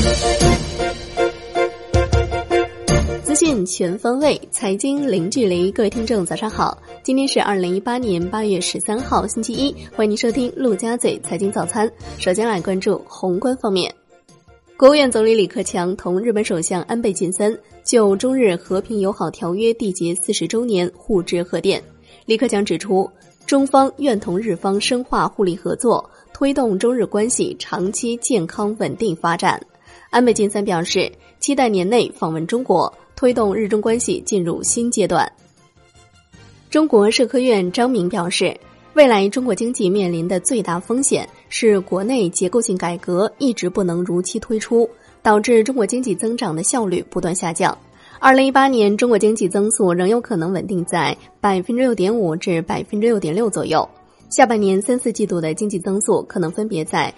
资讯全方位，财经零距离。各位听众早上好，今天是2018年8月13号星期一，欢迎您收听陆家嘴财经早餐。首先来关注宏观方面，国务院总理李克强同日本首相安倍晋三就中日和平友好条约缔结40周年互致贺电。李克强指出，中方愿同日方深化互利合作，推动中日关系长期健康稳定发展。安倍晋三表示，期待年内访问中国，推动日中关系进入新阶段。中国社科院张明表示，未来中国经济面临的最大风险是国内结构性改革一直不能如期推出，导致中国经济增长的效率不断下降。2018年中国经济增速仍有可能稳定在 6.5% 至 6.6% 左右，下半年3、4季度的经济增速可能分别在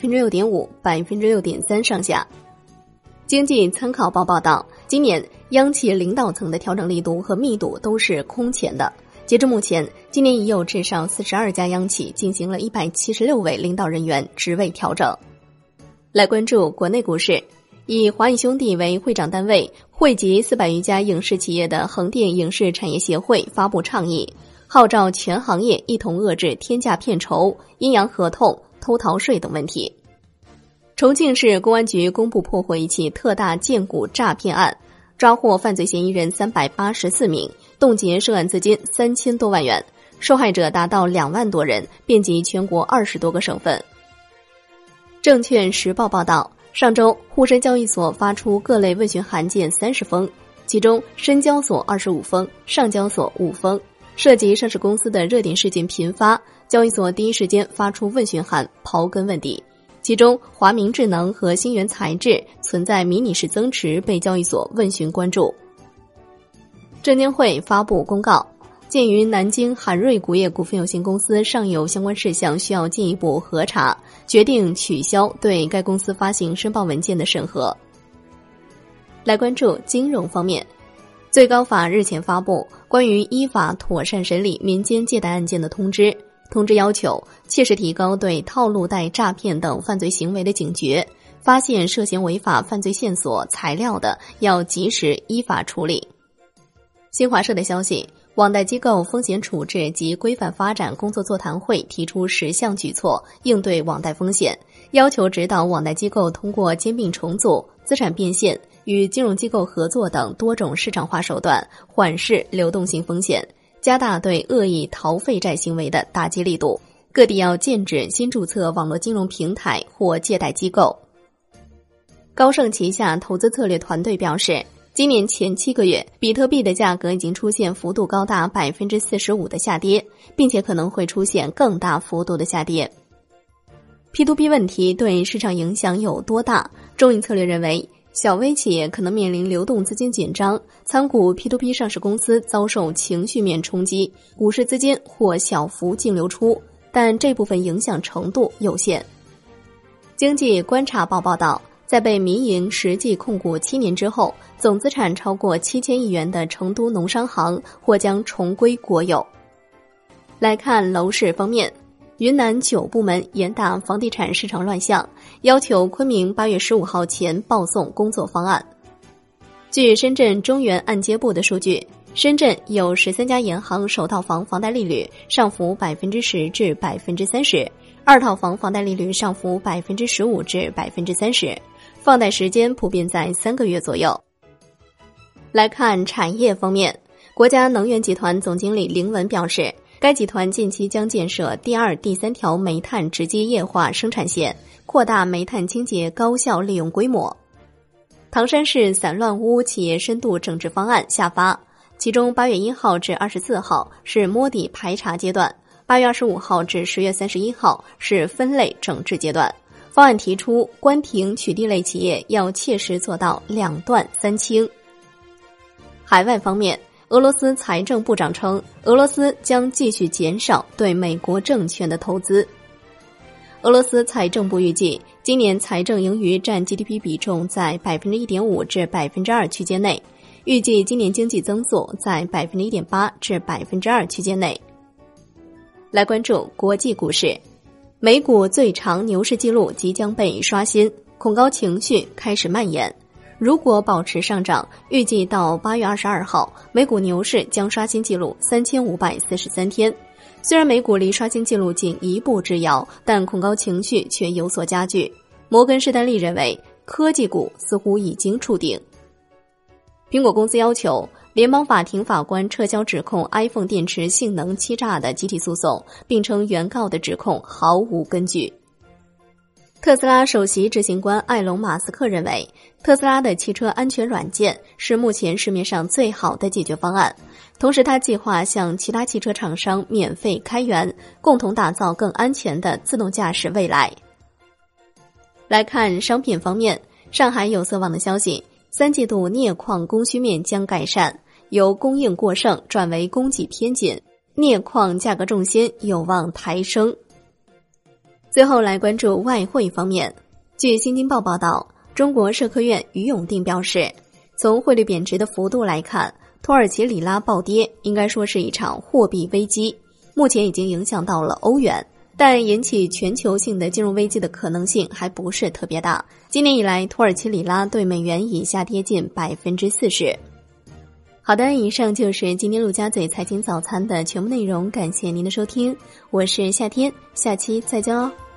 6.5%、6.3% 上下。经济参考报报道，今年央企领导层的调整力度和密度都是空前的。截至目前，今年已有至少42家央企进行了176位领导人员职位调整。来关注国内股市，以华谊兄弟为会长单位，汇集400余家影视企业的横店影视产业协会发布倡议，号召全行业一同遏制天价片酬、阴阳合同、偷逃税等问题。重庆市公安局公布破获一起特大荐股诈骗案，抓获犯罪嫌疑人384名，冻结涉案资金3000多万元，受害者达到2万多人，遍及全国20多个省份。证券时报报道，上周沪深交易所发出各类问询函件30封，其中深交所25封，上交所5封。涉及上市公司的热点事件频发，交易所第一时间发出问询函，刨根问底。其中华明智能和星源材质存在迷你式增持，被交易所问询关注。证监会发布公告，鉴于南京海瑞钴业股份有限公司尚有相关事项需要进一步核查，决定取消对该公司发行申报文件的审核。来关注金融方面，最高法日前发布关于依法妥善审理民间借贷案件的通知，通知要求切实提高对套路贷、诈骗等犯罪行为的警觉，发现涉嫌违法犯罪线索、材料的，要及时依法处理。新华社的消息，网贷机构风险处置及规范发展工作座谈会提出10项举措应对网贷风险，要求指导网贷机构通过兼并重组、资产变现、与金融机构合作等多种市场化手段缓释流动性风险，加大对恶意逃废债行为的打击力度，各地要禁止新注册网络金融平台或借贷机构。高盛旗下投资策略团队表示，今年前7个月，比特币的价格已经出现幅度高达 45% 的下跌，并且可能会出现更大幅度的下跌。P2P 问题对市场影响有多大？中银策略认为，小微企业可能面临流动资金紧张，参股 P2P 上市公司遭受情绪面冲击，股市资金或小幅净流出，但这部分影响程度有限。经济观察报报道，在被民营实际控股7年之后，总资产超过7000亿元的成都农商行或将重归国有。来看楼市方面，云南9部门严打房地产市场乱象，要求昆明8月15号前报送工作方案。据深圳中原按揭部的数据，深圳有13家银行首套房房贷利率上浮 10% 至 30%， 二套房房贷利率上浮 15% 至 30%， 放贷时间普遍在3个月左右。来看产业方面，国家能源集团总经理凌文表示，该集团近期将建设第2、第3条煤炭直接液化生产线，扩大煤炭清洁高效利用规模。唐山市散乱污企业深度整治方案下发，其中8月1号至24号是摸底排查阶段，8月25号至10月31号是分类整治阶段。方案提出，关停取缔类企业要切实做到2断3清。海外方面，俄罗斯财政部长称，俄罗斯将继续减少对美国证券的投资。俄罗斯财政部预计，今年财政盈余占 GDP 比重在 1.5% 至 2% 区间内，预计今年经济增速在 1.8% 至 2% 区间内。来关注国际股市，美股最长牛市纪录即将被刷新。 恐高情绪开始蔓延。如果保持上涨，预计到8月22号，美股牛市将刷新纪录3543天。虽然美股离刷新纪录仅一步之遥，但恐高情绪却有所加剧。摩根士丹利认为，科技股似乎已经触顶。苹果公司要求联邦法庭法官撤销指控 iPhone 电池性能欺诈的集体诉讼，并称原告的指控毫无根据。特斯拉首席执行官埃隆·马斯克认为，特斯拉的汽车安全软件是目前市面上最好的解决方案。同时，他计划向其他汽车厂商免费开源，共同打造更安全的自动驾驶未来。来看商品方面，上海有色网的消息，3季度镍矿供需面将改善，由供应过剩转为供给偏紧，镍矿价格重心有望抬升。最后来关注外汇方面，据新京报报道，中国社科院于永定表示，从汇率贬值的幅度来看，土耳其里拉暴跌应该说是一场货币危机，目前已经影响到了欧元，但引起全球性的金融危机的可能性还不是特别大。今年以来，土耳其里拉对美元已下跌近40%。好的，以上就是今天陆家嘴财经早餐的全部内容，感谢您的收听，我是夏天，下期再见哦。